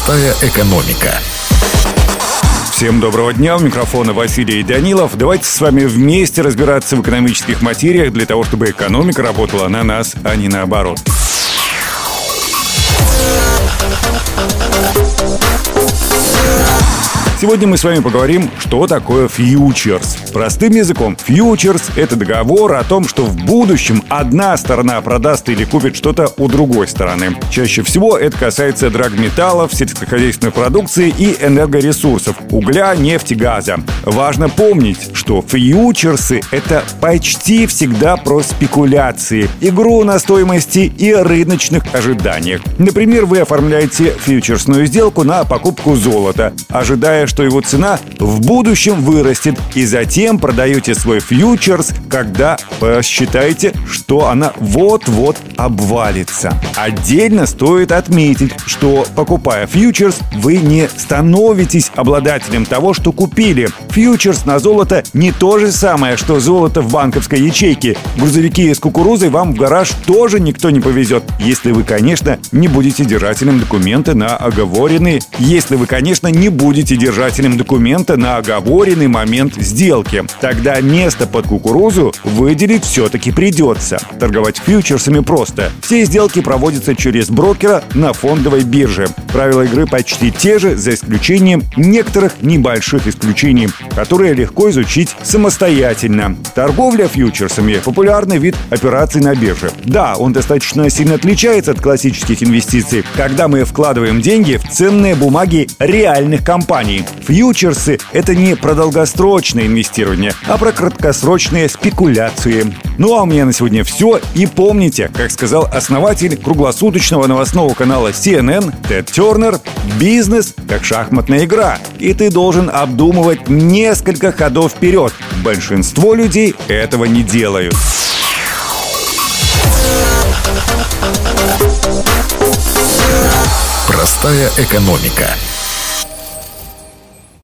Простая экономика. Всем доброго дня, у микрофона Василий Данилов. Давайте с вами вместе разбираться в экономических материях для того, чтобы экономика работала на нас, а не наоборот. Сегодня мы с вами поговорим, что такое фьючерс. Простым языком, фьючерс – это договор о том, что в будущем одна сторона продаст или купит что-то у другой стороны. Чаще всего это касается драгметаллов, сельскохозяйственной продукции и энергоресурсов – угля, нефти, газа. Важно помнить, что фьючерсы – это почти всегда про спекуляции, игру на стоимости и рыночных ожиданиях. Например, вы оформляете фьючерсную сделку на покупку золота, ожидая, что его цена в будущем вырастет, и затем продаете свой фьючерс, когда посчитаете, что она вот-вот обвалится. Отдельно стоит отметить, что, покупая фьючерс, вы не становитесь обладателем того, что купили. Фьючерс на золото не то же самое, что золото в банковской ячейке. Грузовики с кукурузой вам в гараж тоже никто не повезет, если вы, конечно, не будете держателем документа на оговоренный момент сделки. Тогда место под кукурузу выделить все-таки придется. Торговать фьючерсами просто. Все сделки проводятся через брокера на фондовой бирже. Правила игры почти те же, за исключением некоторых небольших исключений, которые легко изучить самостоятельно. Торговля фьючерсами – популярный вид операций на бирже. Да, он достаточно сильно отличается от классических инвестиций, когда мы вкладываем деньги в ценные бумаги реальных компаний. Фьючерсы – это не про долгосрочное инвестирование, а про краткосрочные спекуляции. Ну а у меня на сегодня все. И помните, как сказал основатель круглосуточного новостного канала CNN Тед Тернер, бизнес как шахматная игра, и ты должен обдумывать несколько ходов вперед. Большинство людей этого не делают. Простая экономика.